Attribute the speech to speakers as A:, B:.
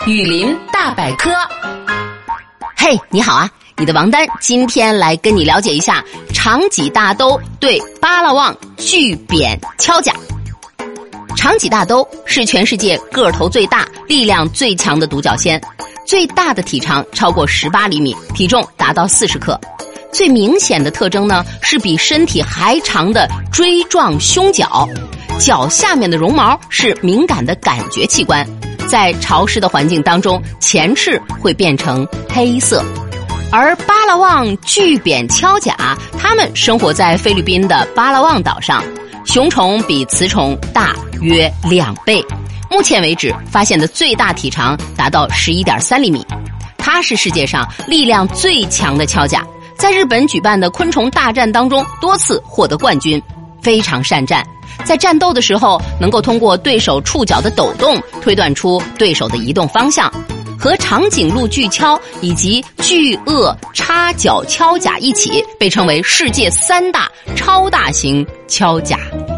A: 雨林大百科。
B: 嘿，你好啊，你的王丹今天来跟你了解一下长脊大兜对巴拉望巨扁锹甲。长脊大兜是全世界个头最大、力量最强的独角仙，最大的体长超过18厘米，体重达到40克。最明显的特征呢，是比身体还长的锥状胸角，脚下面的绒毛是敏感的感觉器官，在潮湿的环境当中，前翅会变成黑色。而巴拉望巨扁锹甲，它们生活在菲律宾的巴拉望岛上，雄虫比雌虫大约2倍。目前为止发现的最大体长达到11.3厘米。它是世界上力量最强的锹甲，在日本举办的昆虫大战当中多次获得冠军，非常善战。在战斗的时候，能够通过对手触角的抖动推断出对手的移动方向。和长颈鹿巨锹以及巨鳄叉角锹甲一起，被称为世界3大超大型锹甲。